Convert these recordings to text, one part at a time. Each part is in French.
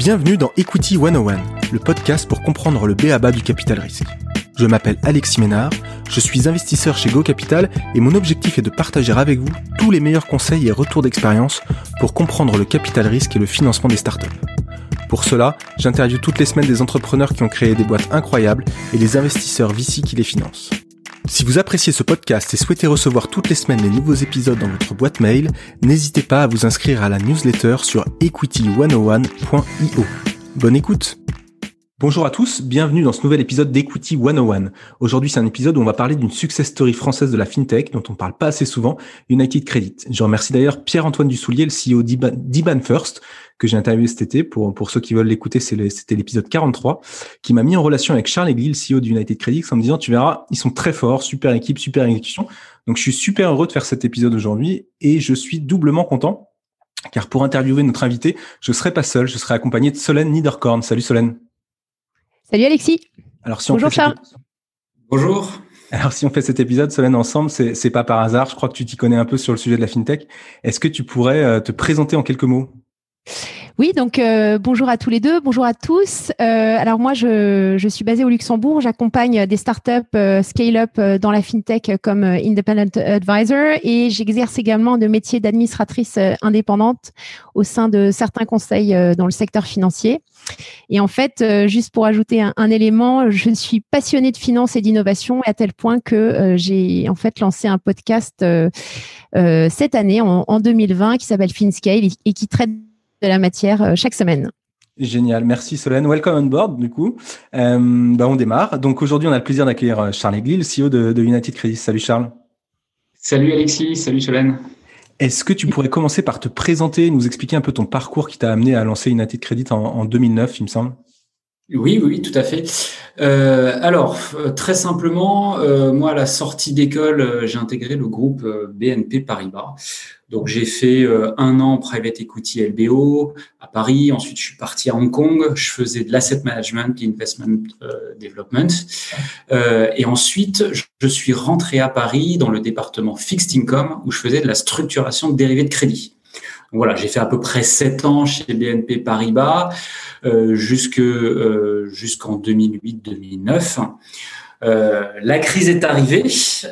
Bienvenue dans Equity 101, le podcast pour comprendre le b.a.-ba du capital risque. Je m'appelle Alexis Ménard, je suis investisseur chez Go Capital et mon objectif est de partager avec vous tous les meilleurs conseils et retours d'expérience pour comprendre le capital risque et le financement des startups. Pour cela, j'interviewe toutes les semaines des entrepreneurs qui ont créé des boîtes incroyables et les investisseurs VC qui les financent. Si vous appréciez ce podcast et souhaitez recevoir toutes les semaines les nouveaux épisodes dans votre boîte mail, n'hésitez pas à vous inscrire à la newsletter sur equity101.io. Bonne écoute! Bonjour à tous, bienvenue dans ce nouvel épisode d'Equity 101. Aujourd'hui, c'est un épisode où on va parler d'une success story française de la FinTech dont on ne parle pas assez souvent, United Credit. Je remercie d'ailleurs Pierre-Antoine Dussoulier, le CEO d'IBAN First, que j'ai interviewé cet été. Pour ceux qui veulent l'écouter, c'était l'épisode 43, qui m'a mis en relation avec Charles Aigli, le CEO d'United Credit, en me disant, tu verras, ils sont très forts, super équipe, super exécution. Donc, je suis super heureux de faire cet épisode aujourd'hui et je suis doublement content, car pour interviewer notre invité, je ne serai pas seul, je serai accompagné de Solène Niederkorn. Salut Solène. Salut Alexis. Alors, si Bonjour Charles. Bonjour. Alors, si on fait cet épisode, Solène, ensemble, c'est pas par hasard. Je crois que tu t'y connais un peu sur le sujet de la FinTech. Est-ce que tu pourrais te présenter en quelques mots ? Oui, donc bonjour à tous les deux, bonjour à tous. Alors moi, je suis basée au Luxembourg. J'accompagne des startups scale-up dans la FinTech comme Independent Advisor et j'exerce également le métier d'administratrice indépendante au sein de certains conseils dans le secteur financier. Et en fait, juste pour ajouter un élément, je suis passionnée de finance et d'innovation à tel point que j'ai en fait lancé un podcast cette année, en 2020, qui s'appelle FinScale et qui traite de la matière chaque semaine. Génial, merci Solène. Welcome on board du coup. On démarre. Donc aujourd'hui, on a le plaisir d'accueillir Charles Aigli, le CEO de United Credit. Salut Charles. Salut Alexis, salut Solène. Est-ce que tu pourrais commencer par te présenter, nous expliquer un peu ton parcours qui t'a amené à lancer United Credit en 2009, il me semble? Oui, tout à fait. Très simplement, moi, à la sortie d'école, j'ai intégré le groupe BNP Paribas. Donc, j'ai fait 1 an private equity LBO à Paris. Ensuite, je suis parti à Hong Kong. Je faisais de l'asset management, l'investment development. Et ensuite, je suis rentré à Paris dans le département fixed income où je faisais de la structuration de dérivés de crédit. Donc, voilà, j'ai fait à peu près 7 ans chez BNP Paribas jusqu'en 2008-2009. La crise est arrivée.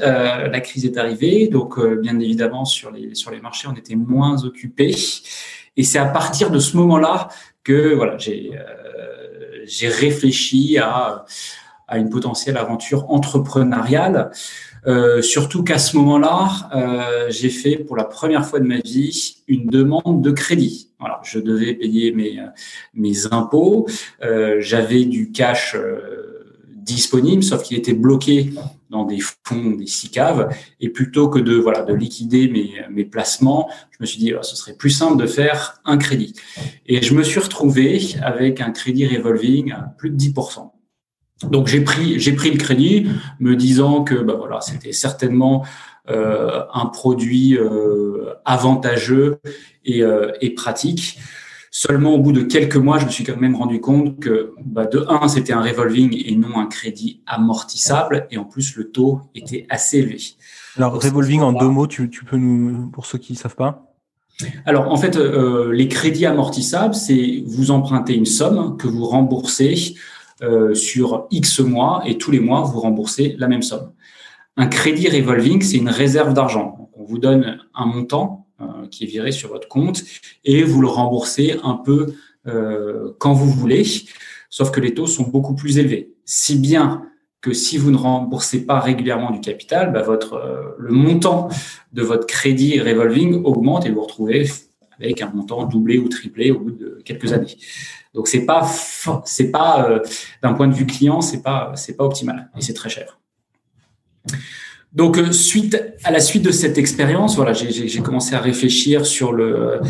Donc, bien évidemment, sur les marchés, on était moins occupés. Et c'est à partir de ce moment-là que voilà, j'ai réfléchi à une potentielle aventure entrepreneuriale. Surtout qu'à ce moment-là, j'ai fait pour la première fois de ma vie une demande de crédit. Voilà, je devais payer mes impôts. J'avais du cash disponible, sauf qu'il était bloqué dans des fonds, des SICAV. Et plutôt que de liquider mes placements, je me suis dit, ce serait plus simple de faire un crédit. Et je me suis retrouvé avec un crédit revolving à plus de 10%. Donc j'ai pris le crédit, me disant que c'était certainement un produit avantageux et pratique. Seulement au bout de quelques mois, je me suis quand même rendu compte que de un, c'était un revolving et non un crédit amortissable, et en plus le taux était assez élevé. Alors donc, revolving en 2 mots, tu peux nous, pour ceux qui ne savent pas. Alors en fait, les crédits amortissables, c'est vous empruntez une somme que vous remboursez sur X mois, et tous les mois, vous remboursez la même somme. Un crédit revolving, c'est une réserve d'argent. Donc, on vous donne un montant qui est viré sur votre compte et vous le remboursez un peu quand vous voulez, sauf que les taux sont beaucoup plus élevés. Si bien que si vous ne remboursez pas régulièrement du capital, le montant de votre crédit revolving augmente et vous vous retrouvez avec un montant doublé ou triplé au bout de quelques années. Donc c'est pas d'un point de vue client, c'est pas optimal et c'est très cher. Donc à la suite de cette expérience, voilà, j'ai commencé à réfléchir sur le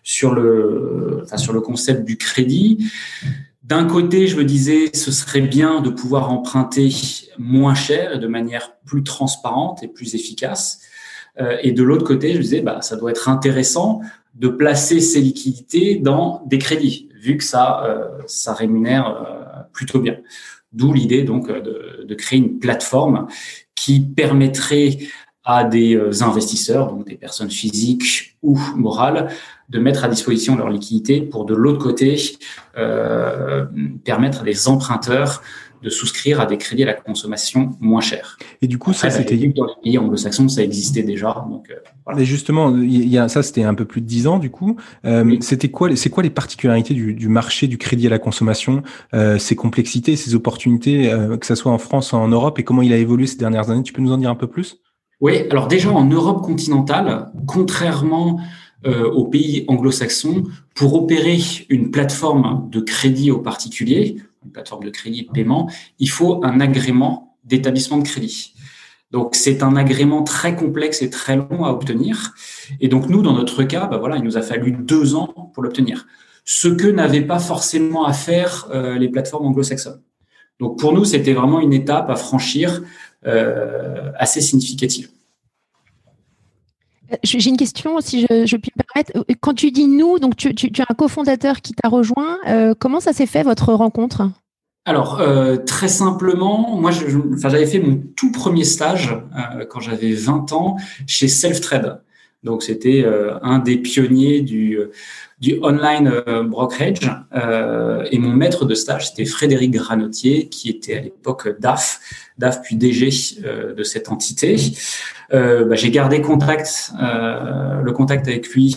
concept du crédit. D'un côté, je me disais, ce serait bien de pouvoir emprunter moins cher et de manière plus transparente et plus efficace. Et de l'autre côté, je me disais, ça doit être intéressant de placer ces liquidités dans des crédits, vu que ça rémunère plutôt bien. D'où l'idée donc de créer une plateforme qui permettrait à des investisseurs, donc des personnes physiques ou morales, de mettre à disposition leur liquidité pour, de l'autre côté, permettre à des emprunteurs de souscrire à des crédits à la consommation moins chers. Et du coup, après, ça, c'était... Dans les pays anglo-saxons, ça existait déjà. Donc, voilà. Mais justement, ça, c'était un peu plus de 10 ans, du coup. Oui. C'est quoi les particularités du marché du crédit à la consommation, ses complexités, ses opportunités, que ça soit en France ou en Europe, et comment il a évolué ces dernières années? Tu peux nous en dire un peu plus? Oui, alors déjà en Europe continentale, contrairement aux pays anglo-saxons, pour opérer une plateforme de crédit aux particuliers, une plateforme de crédit de paiement, il faut un agrément d'établissement de crédit. Donc, c'est un agrément très complexe et très long à obtenir. Et donc, nous, dans notre cas, il nous a fallu 2 ans pour l'obtenir. Ce que n'avaient pas forcément à faire les plateformes anglo-saxonnes. Donc, pour nous, c'était vraiment une étape à franchir assez significative. J'ai une question, si je puis me permettre. Quand tu dis nous, donc tu as un cofondateur qui t'a rejoint. Comment ça s'est fait, votre rencontre? Alors, très simplement, moi, j'avais fait mon tout premier stage quand j'avais 20 ans chez Self-Trade. Donc, c'était un des pionniers du online brokerage. Et mon maître de stage, c'était Frédéric Granotier, qui était à l'époque DAF puis DG de cette entité. J'ai gardé le contact avec lui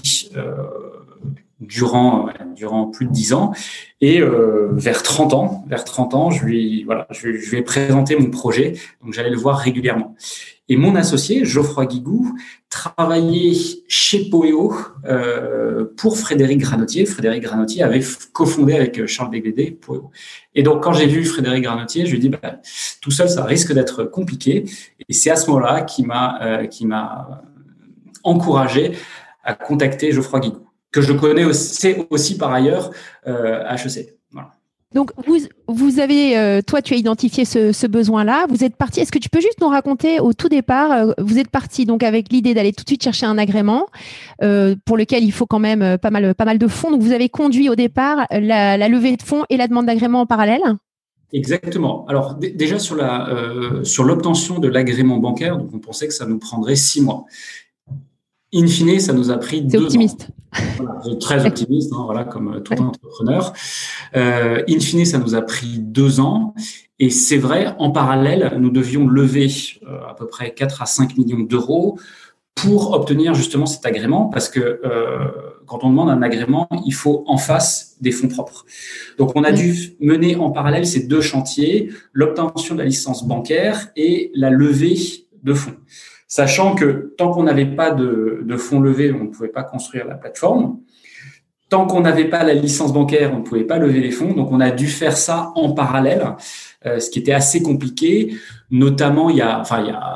durant plus de 10 ans. Et vers 30 ans, je lui ai présenté mon projet. Donc, j'allais le voir régulièrement. Et mon associé, Geoffroy Guigou, travaillait chez Poéo pour Frédéric Granotier. Frédéric Granotier avait cofondé avec Charles Beglédé Poéo. Et donc, quand j'ai vu Frédéric Granotier, je lui ai dit, tout seul, ça risque d'être compliqué. Et c'est à ce moment-là qu'il m'a encouragé à contacter Geoffroy Guigou, que je connais aussi par ailleurs à HEC. Voilà. Donc, vous avez, toi, tu as identifié ce besoin-là. Vous êtes parti. Est-ce que tu peux juste nous raconter au tout départ, vous êtes parti donc avec l'idée d'aller tout de suite chercher un agrément pour lequel il faut quand même pas mal de fonds. Donc, vous avez conduit au départ la levée de fonds et la demande d'agrément en parallèle? Exactement. Alors, déjà sur l'obtention de l'agrément bancaire, donc on pensait que ça nous prendrait 6 mois. In fine, ça nous a pris 2 ans. C'est optimiste. Voilà, très optimiste, comme tout entrepreneur. In fine, ça nous a pris 2 ans. Et c'est vrai, en parallèle, nous devions lever à peu près 4 à 5 millions d'euros pour obtenir justement cet agrément, parce que quand on demande un agrément, il faut en face des fonds propres. Donc, on a dû mener en parallèle ces 2 chantiers, l'obtention de la licence bancaire et la levée de fonds. Sachant que tant qu'on n'avait pas de fonds levés, on ne pouvait pas construire la plateforme. Tant qu'on n'avait pas la licence bancaire, on ne pouvait pas lever les fonds. Donc, on a dû faire ça en parallèle, ce qui était assez compliqué. Notamment, il y a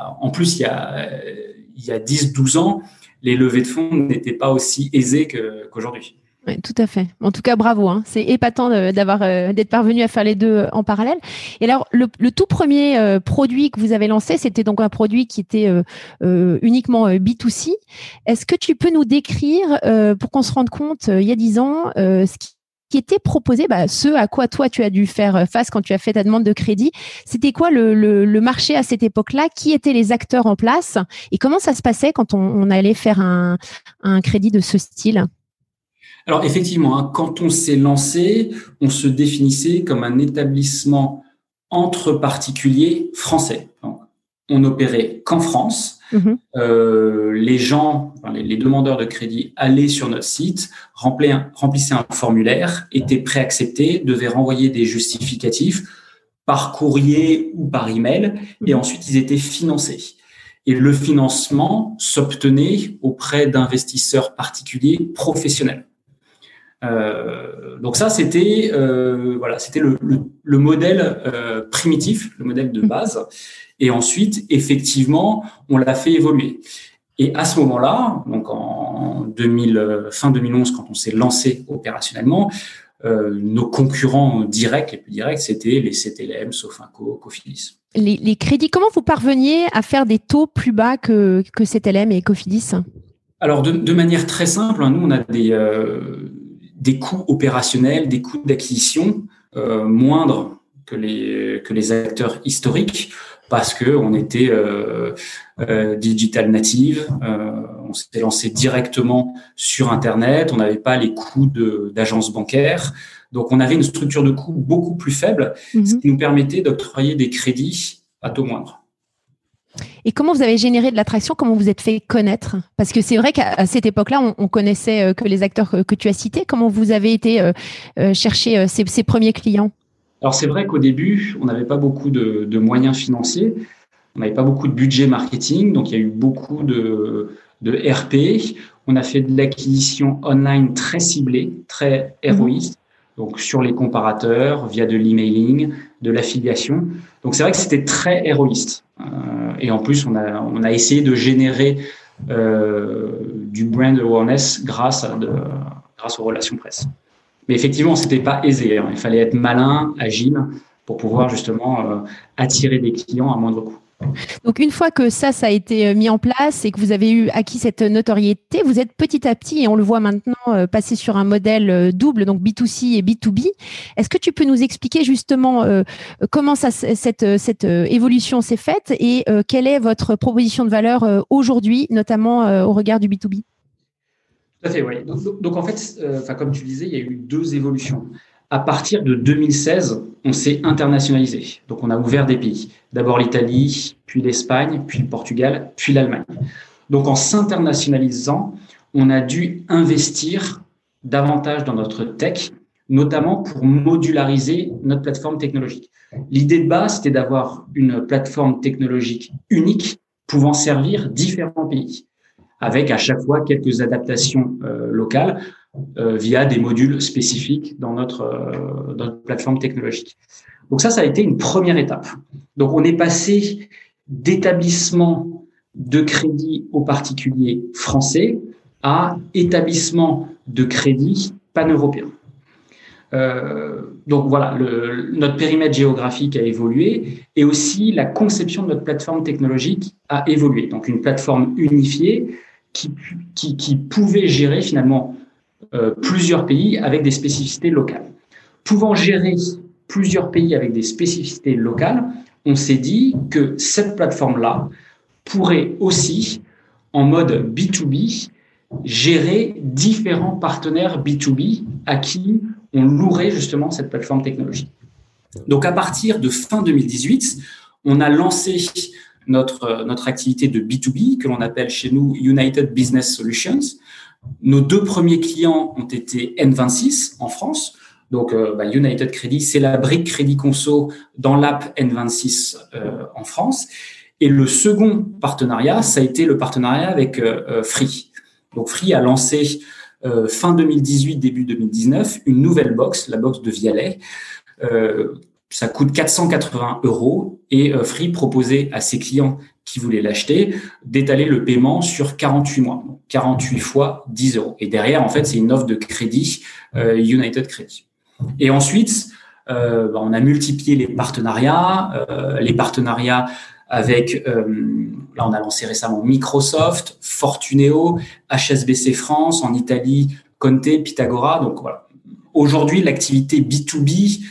10-12 ans, les levées de fonds n'étaient pas aussi aisées qu'aujourd'hui. Oui, tout à fait. En tout cas, bravo. C'est épatant d'être parvenu à faire les deux en parallèle. Et alors, le tout premier produit que vous avez lancé, c'était donc un produit qui était uniquement B2C. Est-ce que tu peux nous décrire, pour qu'on se rende compte, il y a 10 ans, ce qui était proposé, ce à quoi toi tu as dû faire face quand tu as fait ta demande de crédit? C'était quoi le marché à cette époque-là? Qui étaient les acteurs en place? Et comment ça se passait quand on allait faire un crédit de ce style? Alors effectivement, quand on s'est lancé, on se définissait comme un établissement entre particuliers français. Donc, on n'opérait qu'en France. Les gens, les demandeurs de crédit allaient sur notre site, remplissaient un formulaire, étaient préacceptés, devaient renvoyer des justificatifs par courrier ou par email, et ensuite ils étaient financés. Et le financement s'obtenait auprès d'investisseurs particuliers professionnels. Donc ça, c'était le modèle primitif, le modèle de base. Et ensuite, effectivement, on l'a fait évoluer. Et à ce moment-là, donc fin 2011, quand on s'est lancé opérationnellement, nos concurrents directs, les plus directs, c'était les CTLM, Sofinco, Cofidis. Les crédits, comment vous parveniez à faire des taux plus bas que CTLM et Cofidis? Alors, de manière très simple, nous, on a des coûts opérationnels, des coûts d'acquisition moindres que les acteurs historiques. parce que on était digital native, on s'était lancé directement sur Internet, on n'avait pas les coûts d'agence bancaire, donc on avait une structure de coûts beaucoup plus faible, ce qui nous permettait d'octroyer des crédits à taux moindre. Et comment vous avez généré de l'attraction? Comment vous êtes fait connaître? Parce que c'est vrai qu'à cette époque-là, on connaissait que les acteurs que tu as cités. Comment vous avez été chercher ces premiers clients? Alors, c'est vrai qu'au début, on n'avait pas beaucoup de moyens financiers. On n'avait pas beaucoup de budget marketing. Donc, il y a eu beaucoup de RP. On a fait de l'acquisition online très ciblée, très héroïste. Donc, sur les comparateurs, via de l'emailing, de l'affiliation. Donc, c'est vrai que c'était très héroïste. Et en plus, on a essayé de générer du brand awareness grâce aux relations presse. Mais effectivement, c'était pas aisé. Il fallait être malin, agile, pour pouvoir justement attirer des clients à moindre coût. Donc, une fois que ça a été mis en place et que vous avez acquis cette notoriété, vous êtes petit à petit, et on le voit maintenant, passer sur un modèle double, donc B2C et B2B. Est-ce que tu peux nous expliquer justement comment cette évolution s'est faite et quelle est votre proposition de valeur aujourd'hui, notamment au regard du B2B? Tout à fait, oui. Donc en fait, comme tu disais, il y a eu deux évolutions. À partir de 2016, on s'est internationalisé. Donc, on a ouvert des pays. D'abord l'Italie, puis l'Espagne, puis le Portugal, puis l'Allemagne. Donc, en s'internationalisant, on a dû investir davantage dans notre tech, notamment pour modulariser notre plateforme technologique. L'idée de base, c'était d'avoir une plateforme technologique unique pouvant servir différents pays, avec à chaque fois quelques adaptations locales, via des modules spécifiques dans notre plateforme technologique. Donc ça a été une première étape. Donc on est passé d'établissement de crédit aux particuliers français à établissement de crédit pan-européen. Donc voilà, notre périmètre géographique a évolué et aussi la conception de notre plateforme technologique a évolué. Donc une plateforme unifiée qui pouvait gérer finalement plusieurs pays avec des spécificités locales. Pouvant gérer plusieurs pays avec des spécificités locales, on s'est dit que cette plateforme-là pourrait aussi, en mode B2B, gérer différents partenaires B2B à qui on louerait justement cette plateforme technologique. Donc, à partir de fin 2018, on a lancé notre activité de B2B, que l'on appelle chez nous United Business Solutions. Nos deux premiers clients ont été N26 en France. Donc, United Credit, c'est la brique Crédit Conso dans l'app N26 en France. Et le second partenariat, ça a été le partenariat avec Free. Donc, Free a lancé fin 2018, début 2019, une nouvelle box, la box de Vialet. Ça coûte 480 € et Free proposait à ses clients qui voulaient l'acheter d'étaler le paiement sur 48 mois, donc 48 fois 10 €. Et derrière, en fait, c'est une offre de crédit United Credit. Et ensuite, on a multiplié les partenariats avec, là, on a lancé récemment Microsoft, Fortuneo, HSBC France, en Italie, Conte, Pythagora. Donc voilà. Aujourd'hui, l'activité B2B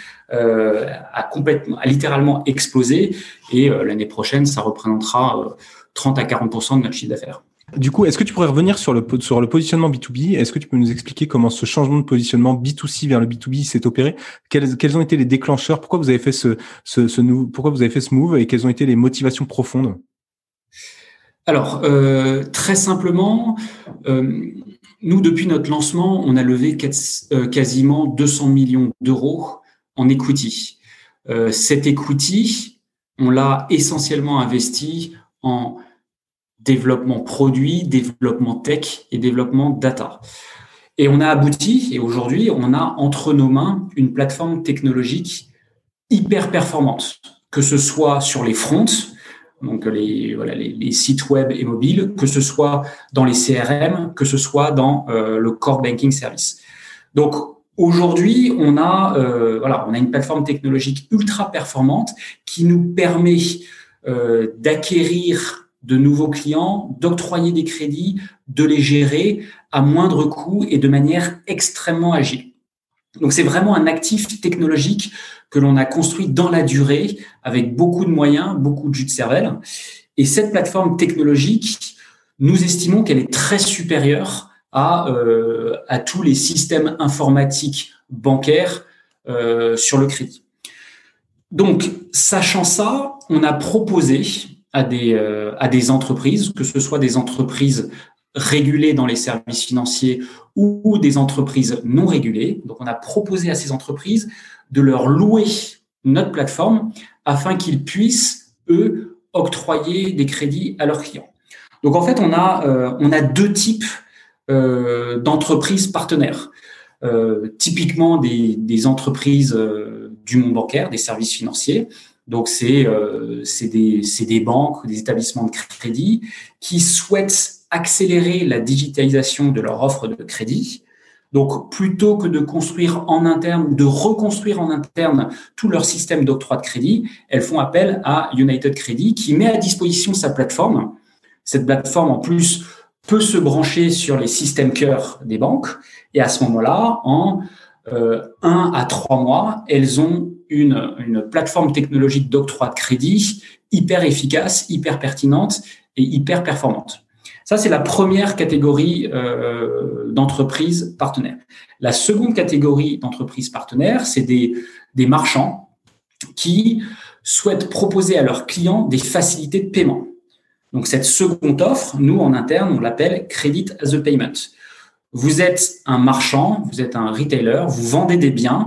a littéralement explosé et l'année prochaine, ça représentera 30 à 40% de notre chiffre d'affaires. Du coup, est-ce que tu pourrais revenir sur le positionnement B2B? Est-ce que tu peux nous expliquer comment ce changement de positionnement B2C vers le B2B s'est opéré? Quels ont été les déclencheurs? Pourquoi vous avez fait pourquoi vous avez fait ce move et quelles ont été les motivations profondes? Alors, très simplement, nous, depuis notre lancement, on a levé quasiment 200 millions d'euros en equity. Cet equity, on l'a essentiellement investi en développement produit, développement tech et développement data. Et on a abouti, et aujourd'hui, on a entre nos mains une plateforme technologique hyper performante, que ce soit sur les fronts, donc les sites web et mobiles, que ce soit dans les CRM, que ce soit dans le core banking service. Donc, aujourd'hui, on a une plateforme technologique ultra performante qui nous permet d'acquérir de nouveaux clients, d'octroyer des crédits, de les gérer à moindre coût et de manière extrêmement agile. Donc, c'est vraiment un actif technologique que l'on a construit dans la durée avec beaucoup de moyens, beaucoup de jus de cervelle. Et cette plateforme technologique, nous estimons qu'elle est très supérieure à tous les systèmes informatiques bancaires sur le crédit. Donc, sachant ça, on a proposé à des entreprises, que ce soit des entreprises régulées dans les services financiers ou des entreprises non régulées. Donc, on a proposé à ces entreprises de leur louer notre plateforme afin qu'ils puissent, eux, octroyer des crédits à leurs clients. Donc, en fait, on a deux types d'entreprises partenaires. Typiquement des entreprises du monde bancaire, des services financiers. Donc, c'est des banques, des établissements de crédit qui souhaitent accélérer la digitalisation de leur offre de crédit. Donc, plutôt que de construire en interne, de reconstruire en interne tout leur système d'octroi de crédit, elles font appel à United Credit qui met à disposition sa plateforme. Cette plateforme, en plus, peut se brancher sur les systèmes cœur des banques. Et à ce moment-là, en 1 à 3 mois, elles ont une plateforme technologique d'octroi de crédit hyper efficace, hyper pertinente et hyper performante. Ça, c'est la première catégorie d'entreprises partenaires. La seconde catégorie d'entreprises partenaires, c'est des marchands qui souhaitent proposer à leurs clients des facilités de paiement. Donc, cette seconde offre, nous, en interne, on l'appelle Credit as a Payment. Vous êtes un marchand, vous êtes un retailer, vous vendez des biens.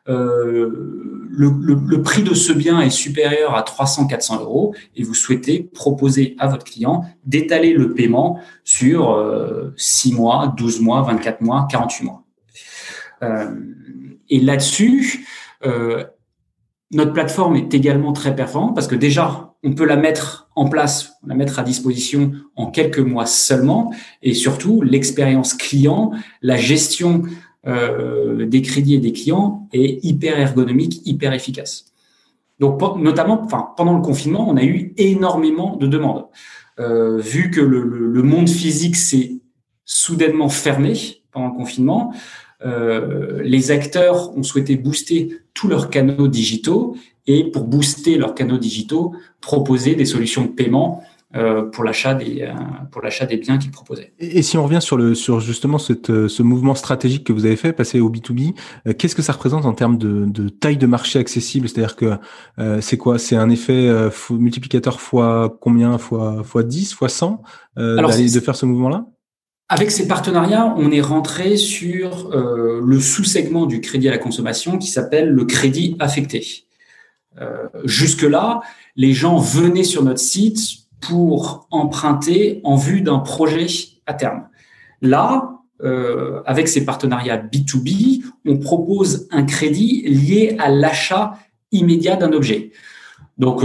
Le prix de ce bien est supérieur à 300-400 euros et vous souhaitez proposer à votre client d'étaler le paiement sur 6 mois, 12 mois, 24 mois, 48 mois. Et là-dessus, notre plateforme est également très performante parce que déjà, on peut la mettre en place, la mettre à disposition en quelques mois seulement. Et surtout, l'expérience client, la gestion des crédits et des clients est hyper ergonomique, hyper efficace. Donc, notamment, pendant le confinement, on a eu énormément de demandes. Vu que le monde physique s'est soudainement fermé pendant le confinement, les acteurs ont souhaité booster tous leurs canaux digitaux et pour booster leurs canaux digitaux, proposer des solutions de paiement pour l'achat des biens qu'ils proposaient. Et si on revient sur justement ce mouvement stratégique que vous avez fait, passer au B2B, qu'est-ce que ça représente en termes de taille de marché accessible? C'est-à-dire que c'est quoi? C'est un effet multiplicateur fois combien? Fois 10, fois 100 de faire ce mouvement-là? Avec ces partenariats, on est rentré sur le sous-segment du crédit à la consommation qui s'appelle le crédit affecté. Jusque-là, les gens venaient sur notre site pour emprunter en vue d'un projet à terme. Là, avec ces partenariats B2B, on propose un crédit lié à l'achat immédiat d'un objet. Donc,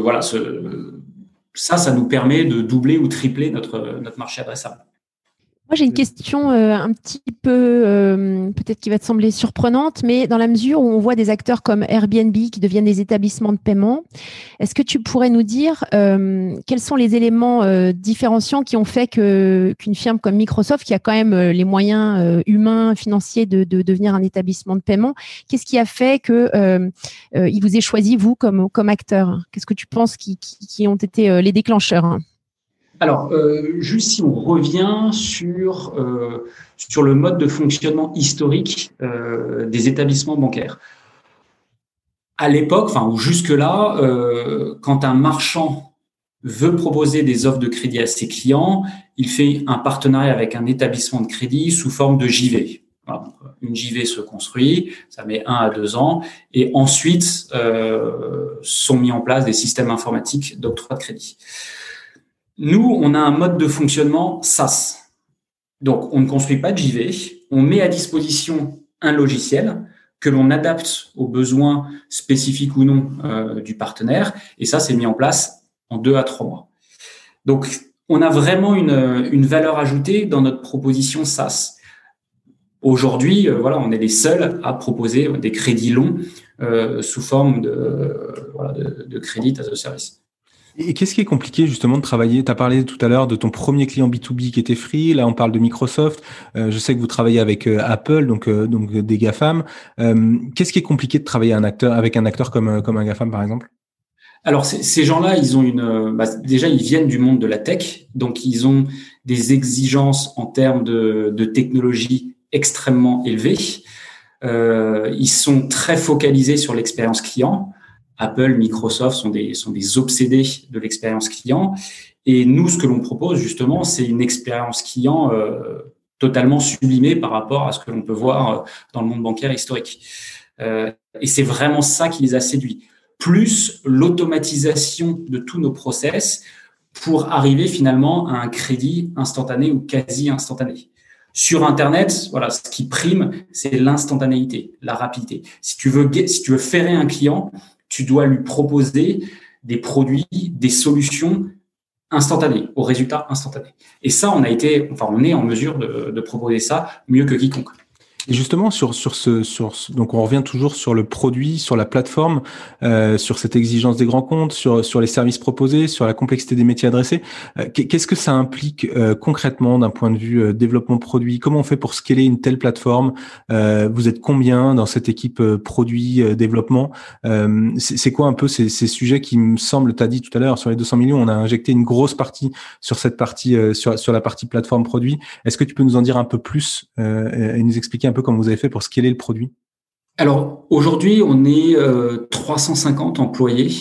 ça nous permet de doubler ou tripler notre marché adressable. Moi, j'ai une question un petit peu, peut-être qui va te sembler surprenante, mais dans la mesure où on voit des acteurs comme Airbnb qui deviennent des établissements de paiement, est-ce que tu pourrais nous dire quels sont les éléments différenciants qui ont fait qu'une firme comme Microsoft, qui a quand même les moyens humains, financiers de devenir un établissement de paiement, qu'est-ce qui a fait qu'il vous ait choisi, vous, comme acteur? Qu'est-ce que tu penses qui ont été les déclencheurs? Alors, juste si on revient sur le mode de fonctionnement historique des établissements bancaires. À l'époque, ou jusque-là, quand un marchand veut proposer des offres de crédit à ses clients, il fait un partenariat avec un établissement de crédit sous forme de JV. Voilà, une JV se construit, ça met 1 à 2 ans, et ensuite sont mis en place des systèmes informatiques d'octroi de crédit. Nous, on a un mode de fonctionnement SaaS. Donc, on ne construit pas de JV, on met à disposition un logiciel que l'on adapte aux besoins spécifiques ou non du partenaire, et ça, c'est mis en place en 2 à 3 mois. Donc, on a vraiment une valeur ajoutée dans notre proposition SaaS. Aujourd'hui, on est les seuls à proposer des crédits longs sous forme de crédit as a service. Et qu'est-ce qui est compliqué justement de travailler? Tu as parlé tout à l'heure de ton premier client B2B qui était Free. Là, on parle de Microsoft. Je sais que vous travaillez avec Apple, donc des GAFAM. Qu'est-ce qui est compliqué de travailler avec un acteur comme un GAFAM, par exemple? Alors, ces gens-là, ils ont déjà, ils viennent du monde de la tech, donc ils ont des exigences en termes de technologie extrêmement élevées. Ils sont très focalisés sur l'expérience client. Apple, Microsoft sont des obsédés de l'expérience client. Et nous, ce que l'on propose justement, c'est une expérience client totalement sublimée par rapport à ce que l'on peut voir dans le monde bancaire historique. Et c'est vraiment ça qui les a séduits. Plus l'automatisation de tous nos process pour arriver finalement à un crédit instantané ou quasi instantané. Sur Internet, voilà, ce qui prime, c'est l'instantanéité, la rapidité. Si tu veux ferrer un client, tu dois lui proposer des produits, des solutions instantanées, au résultat instantané. Et ça, on est en mesure de proposer ça mieux que quiconque. Et justement, donc on revient toujours sur le produit, sur la plateforme, sur cette exigence des grands comptes, sur les services proposés, sur la complexité des métiers adressés. Qu'est-ce que ça implique concrètement d'un point de vue développement produit? Comment on fait pour scaler une telle plateforme? Vous êtes combien dans cette équipe produit développement? C'est quoi un peu ces sujets qui me semblent, tu as dit tout à l'heure, sur les 200 millions, on a injecté une grosse partie sur cette partie, sur la partie plateforme produit. Est-ce que tu peux nous en dire un peu plus et nous expliquer un peu comment vous avez fait pour scaler le produit? Alors, aujourd'hui, on est 350 employés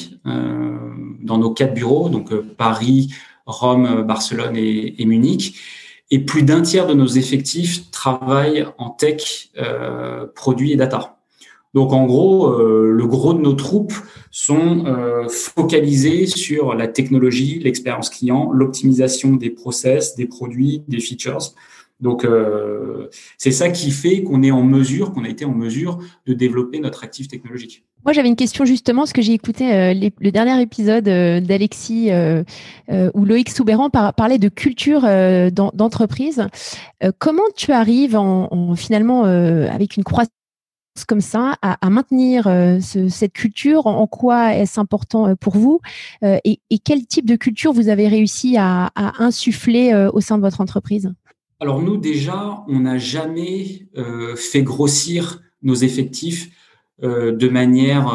dans nos 4 bureaux, donc Paris, Rome, Barcelone et Munich. Et plus d'un tiers de nos effectifs travaillent en tech, produits et data. Donc, en gros, le gros de nos troupes sont focalisés sur la technologie, l'expérience client, l'optimisation des process, des produits, des features. Donc, c'est ça qui fait qu'on a été en mesure de développer notre actif technologique. Moi, j'avais une question justement, parce que j'ai écouté le dernier épisode d'Alexis où Loïc Soubeyran parlait de culture d'entreprise. Comment tu arrives finalement avec une croissance comme ça à maintenir cette culture? En quoi est-ce important pour vous et quel type de culture vous avez réussi à insuffler au sein de votre entreprise? Alors nous, déjà, on n'a jamais fait grossir nos effectifs de manière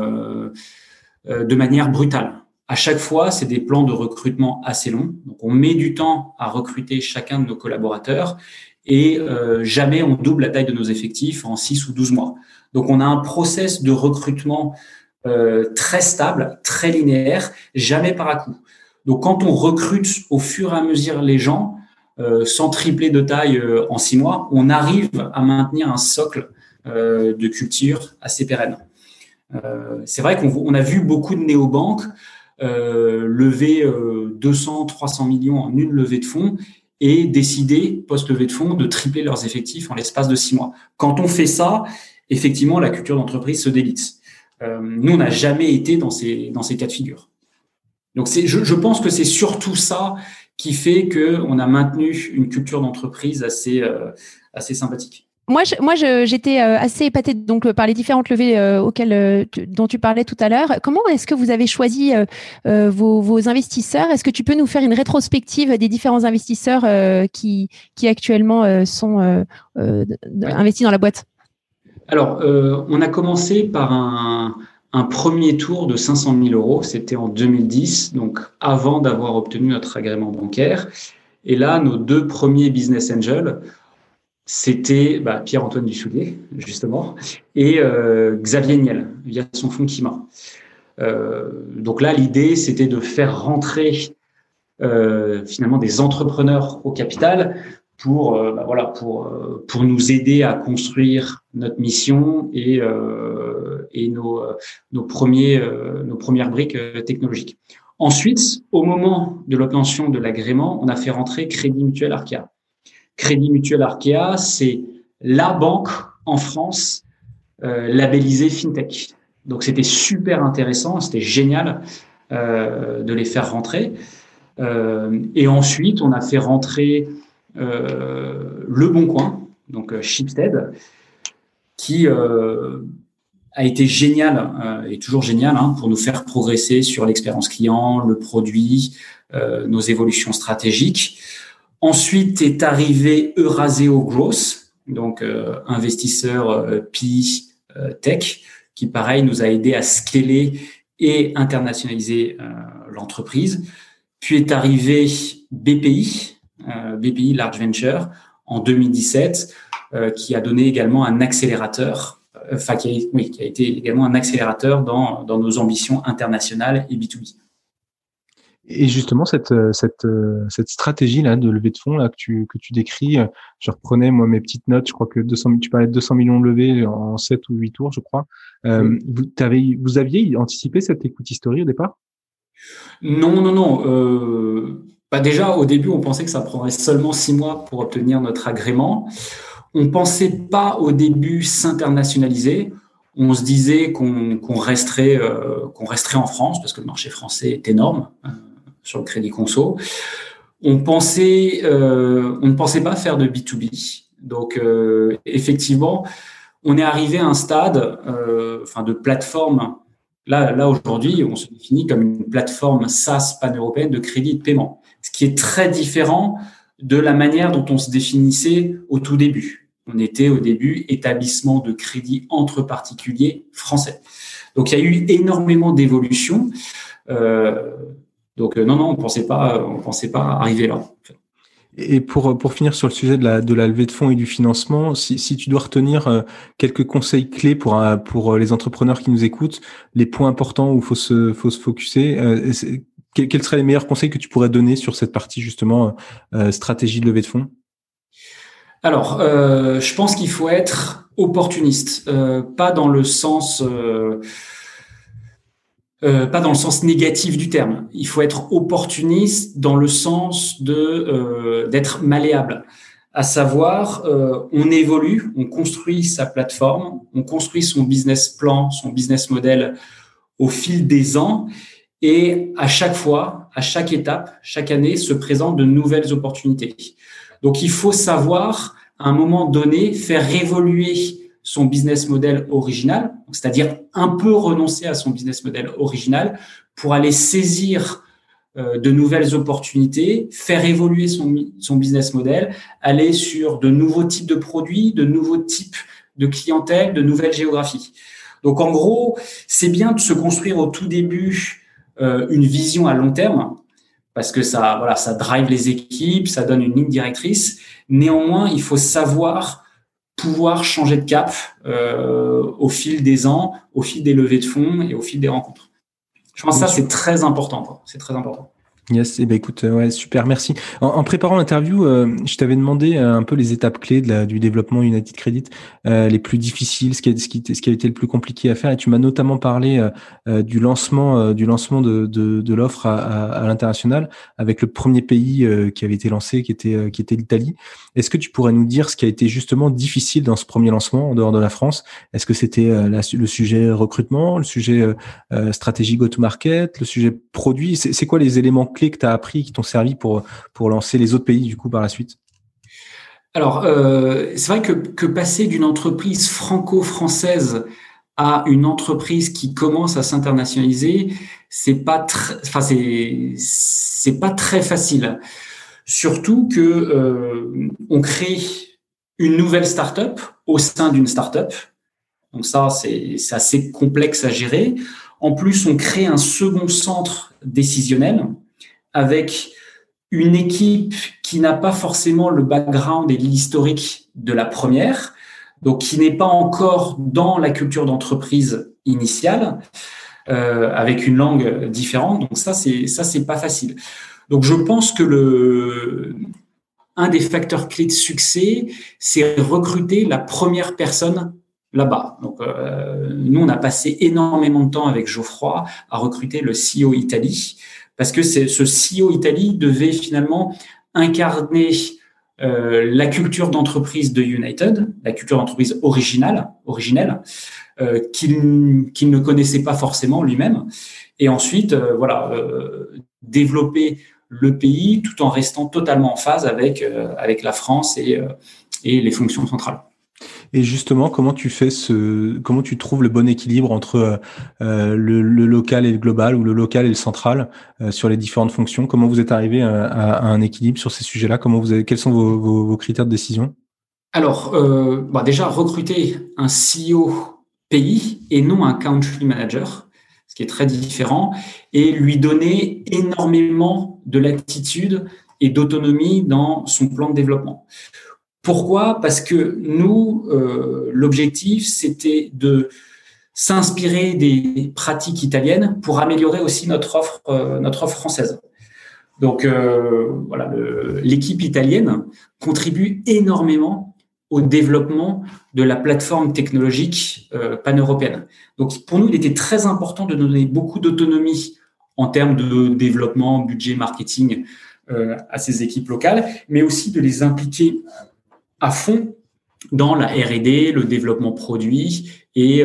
brutale. À chaque fois, c'est des plans de recrutement assez longs. Donc, on met du temps à recruter chacun de nos collaborateurs et jamais on double la taille de nos effectifs en 6 ou 12 mois. Donc, on a un process de recrutement très stable, très linéaire, jamais par à-coup. Donc, quand on recrute au fur et à mesure les gens, sans tripler de taille en 6 mois, on arrive à maintenir un socle de culture assez pérenne. C'est vrai qu'on a vu beaucoup de néobanques lever 200, 300 millions en une levée de fonds et décider, post-levée de fonds, de tripler leurs effectifs en l'espace de 6 mois. Quand on fait ça, effectivement, la culture d'entreprise se délite. Nous, on n'a jamais été dans ces cas de figure. Donc, je pense que c'est surtout ça qui fait qu'on a maintenu une culture d'entreprise assez sympathique. Moi, j'étais assez épatée donc par les différentes levées dont tu parlais tout à l'heure. Comment est-ce que vous avez choisi vos investisseurs? Est-ce que tu peux nous faire une rétrospective des différents investisseurs qui actuellement sont investis dans la boîte? Alors, on a commencé par un premier tour de 500 000 euros. C'était en 2010, donc avant d'avoir obtenu notre agrément bancaire. Et là, nos 2 premiers business angels, c'était Pierre-Antoine Dussoulier, justement, et Xavier Niel, via son fonds Kima. Donc là, l'idée, c'était de faire rentrer finalement des entrepreneurs au capital pour nous aider à construire notre mission et nos premières briques technologiques. Ensuite, au moment de l'obtention de l'agrément, on a fait rentrer Crédit Mutuel Arkea. Crédit Mutuel Arkea, c'est la banque en France labellisée FinTech. Donc, c'était super intéressant, c'était génial de les faire rentrer. Et ensuite, on a fait rentrer Le Bon Coin, donc Schibsted, qui a été génial et toujours génial pour nous faire progresser sur l'expérience client, le produit, nos évolutions stratégiques. Ensuite est arrivé Euraseo Growth, donc investisseur PI tech, qui pareil nous a aidé à scaler et internationaliser l'entreprise. Puis est arrivé BPI Large Venture en 2017, qui a donné également un accélérateur, qui a été également un accélérateur dans nos ambitions internationales et B2B. Et justement, cette stratégie là de levée de fonds là que tu décris, je reprenais moi mes petites notes. Je crois que tu parlais de 200 millions de levées en 7 ou 8 tours, je crois. Vous aviez anticipé cette equity story au départ? Non. Déjà, au début, on pensait que ça prendrait seulement 6 mois pour obtenir notre agrément. On pensait pas au début s'internationaliser. On se disait qu'on resterait en France parce que le marché français est énorme sur le crédit conso. On ne pensait pas faire de B2B. Donc, effectivement, on est arrivé à un stade de plateforme. Là, aujourd'hui, on se définit comme une plateforme SaaS pan-européenne de crédit et de paiement, ce qui est très différent de la manière dont on se définissait au tout début. On était au début établissement de crédit entre particuliers français. Donc, il y a eu énormément d'évolutions. Non, on pensait pas arriver là. Et pour finir sur le sujet de la levée de fonds et du financement, si tu dois retenir quelques conseils clés pour les entrepreneurs qui nous écoutent, les points importants où faut se focuser, quels seraient les meilleurs conseils que tu pourrais donner sur cette partie justement stratégie de levée de fonds? Alors, je pense qu'il faut être opportuniste, pas dans le sens négatif du terme. Il faut être opportuniste dans le sens d'être malléable. À savoir, on évolue, on construit sa plateforme, on construit son business plan, son business model au fil des ans. Et à chaque fois, à chaque étape, chaque année, se présentent de nouvelles opportunités. Donc, il faut savoir, à un moment donné, faire évoluer son business model original, c'est-à-dire un peu renoncer à son business model original pour aller saisir de nouvelles opportunités, faire évoluer son business model, aller sur de nouveaux types de produits, de nouveaux types de clientèle, de nouvelles géographies. Donc, en gros, c'est bien de se construire au tout début une vision à long terme, parce que ça drive les équipes, ça donne une ligne directrice. Néanmoins, il faut savoir pouvoir changer de cap au fil des ans, au fil des levées de fonds et au fil des rencontres. Je pense que ça, c'est très important. C'est très important. Yes, écoute, ouais, super, merci. En préparant l'interview, je t'avais demandé un peu les étapes clés du développement United Credit, les plus difficiles, ce qui a été le plus compliqué à faire. Et tu m'as notamment parlé du lancement de l'offre à l'international, avec le premier pays qui avait été lancé, qui était l'Italie. Est-ce que tu pourrais nous dire ce qui a été justement difficile dans ce premier lancement en dehors de la France? Est-ce que c'était le sujet recrutement, le sujet stratégie go-to-market, le sujet produit? C'est quoi les éléments clés que tu as appris, qui t'ont servi pour lancer les autres pays du coup par la suite? Alors, c'est vrai que passer d'une entreprise franco-française à une entreprise qui commence à s'internationaliser, c'est pas très facile. Surtout que on crée une nouvelle start-up au sein d'une start-up. Donc ça, c'est assez complexe à gérer. En plus, on crée un second centre décisionnel avec une équipe qui n'a pas forcément le background et l'historique de la première, donc qui n'est pas encore dans la culture d'entreprise initiale, avec une langue différente. Donc ça, c'est pas facile. Donc je pense que un des facteurs clés de succès, c'est recruter la première personne là-bas. Donc nous, on a passé énormément de temps avec Geoffroy à recruter le CEO Italie, parce que ce CEO Italie devait finalement incarner la culture d'entreprise de United, la culture d'entreprise originelle, qu'il ne connaissait pas forcément lui-même, et ensuite développer le pays tout en restant totalement en phase avec la France et les fonctions centrales. Et justement, comment tu trouves le bon équilibre entre le local et le global, ou le local et le central sur les différentes fonctions? Comment vous êtes arrivé à un équilibre sur ces sujets-là? Quels sont vos critères de décision? Alors, déjà, recruter un CEO pays et non un country manager, ce qui est très différent, et lui donner énormément de latitude et d'autonomie dans son plan de développement. Pourquoi ? Parce que nous, l'objectif, c'était de s'inspirer des pratiques italiennes pour améliorer aussi notre offre française. Donc, l'équipe italienne contribue énormément au développement de la plateforme technologique pan-européenne. Donc, pour nous, il était très important de donner beaucoup d'autonomie en termes de développement, budget, marketing à ces équipes locales, mais aussi de les impliquer à fond dans la R&D, le développement produit et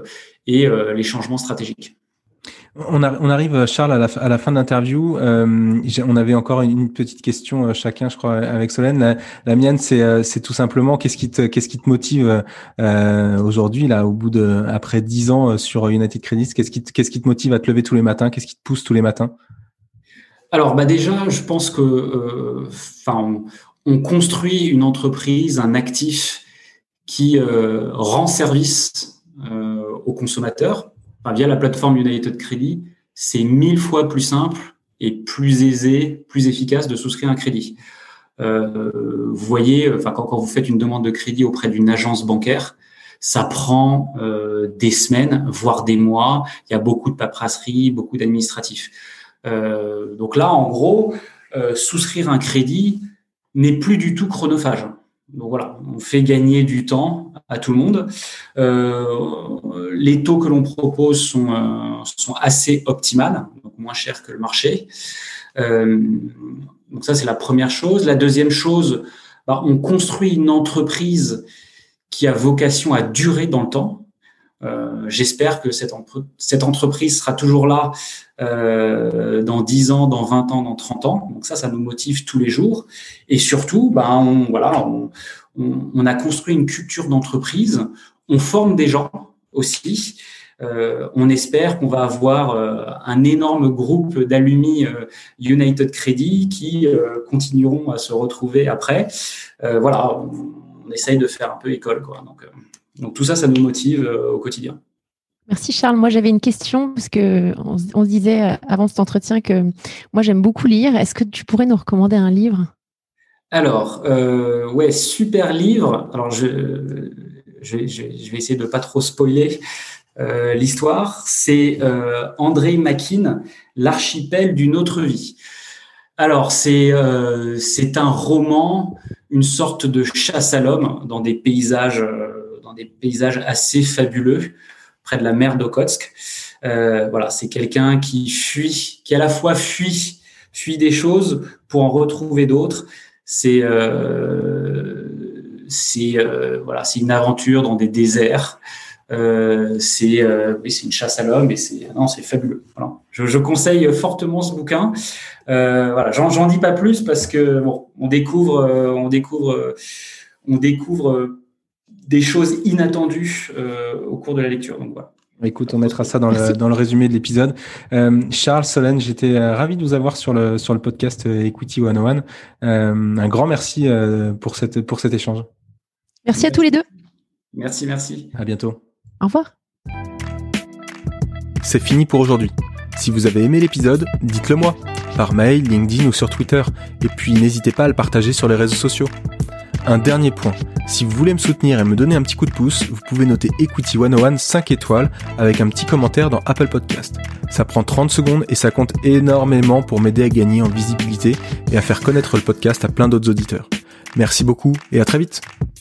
les changements stratégiques. On arrive, Charles, à la fin de l'interview. On avait encore une petite question chacun, je crois, avec Solène. La mienne, c'est tout simplement qu'est-ce qui te motive aujourd'hui, là, après 10 ans sur United Credits, qu'est-ce qui te motive à te lever tous les matins? Qu'est-ce qui te pousse tous les matins? Alors, déjà, je pense que, on construit une entreprise, un actif qui rend service aux consommateurs. Via la plateforme United Credit, c'est 1000 fois plus simple et plus aisé, plus efficace de souscrire un crédit. Vous voyez, quand vous faites une demande de crédit auprès d'une agence bancaire, ça prend des semaines, voire des mois. Il y a beaucoup de paperasserie, beaucoup d'administratifs. Donc là, en gros, souscrire un crédit n'est plus du tout chronophage. Donc voilà, on fait gagner du temps à tout le monde. Les taux que l'on propose sont assez optimales, donc moins chers que le marché. Donc ça, c'est la première chose. La deuxième chose, on construit une entreprise qui a vocation à durer dans le temps. J'espère que cette entreprise sera toujours là dans 10 ans, dans 20 ans, dans 30 ans. Donc ça nous motive tous les jours. Et surtout, on a construit une culture d'entreprise. On forme des gens aussi. On espère qu'on va avoir un énorme groupe d'alumni United Credit qui continueront à se retrouver après. On essaye de faire un peu école, quoi. Donc tout ça nous motive au quotidien. Merci Charles. Moi, j'avais une question parce que on se disait avant cet entretien que moi, j'aime beaucoup lire. Est-ce que tu pourrais nous recommander un livre ? Alors, super livre. Alors, je vais essayer de pas trop spoiler l'histoire. C'est André Makin, L'archipel d'une autre vie. Alors, c'est un roman, une sorte de chasse à l'homme dans des paysages assez fabuleux près de la mer d'Okhotsk. C'est quelqu'un qui à la fois fuit des choses pour en retrouver d'autres. C'est une aventure dans des déserts. C'est une chasse à l'homme et c'est fabuleux. Voilà. Je conseille fortement ce bouquin. J'en dis pas plus parce que on découvre des choses inattendues au cours de la lecture. Donc voilà. Écoute, on mettra ça dans le résumé de l'épisode. Charles, Solène, j'étais ravi de vous avoir sur le podcast Equity 101. Un grand merci pour cet échange. Merci à tous les deux. Merci. À bientôt. Au revoir. C'est fini pour aujourd'hui. Si vous avez aimé l'épisode, dites-le moi, par mail, LinkedIn ou sur Twitter. Et puis n'hésitez pas à le partager sur les réseaux sociaux. Un dernier point, si vous voulez me soutenir et me donner un petit coup de pouce, vous pouvez noter Equity 101 5 étoiles avec un petit commentaire dans Apple Podcast. Ça prend 30 secondes et ça compte énormément pour m'aider à gagner en visibilité et à faire connaître le podcast à plein d'autres auditeurs. Merci beaucoup et à très vite.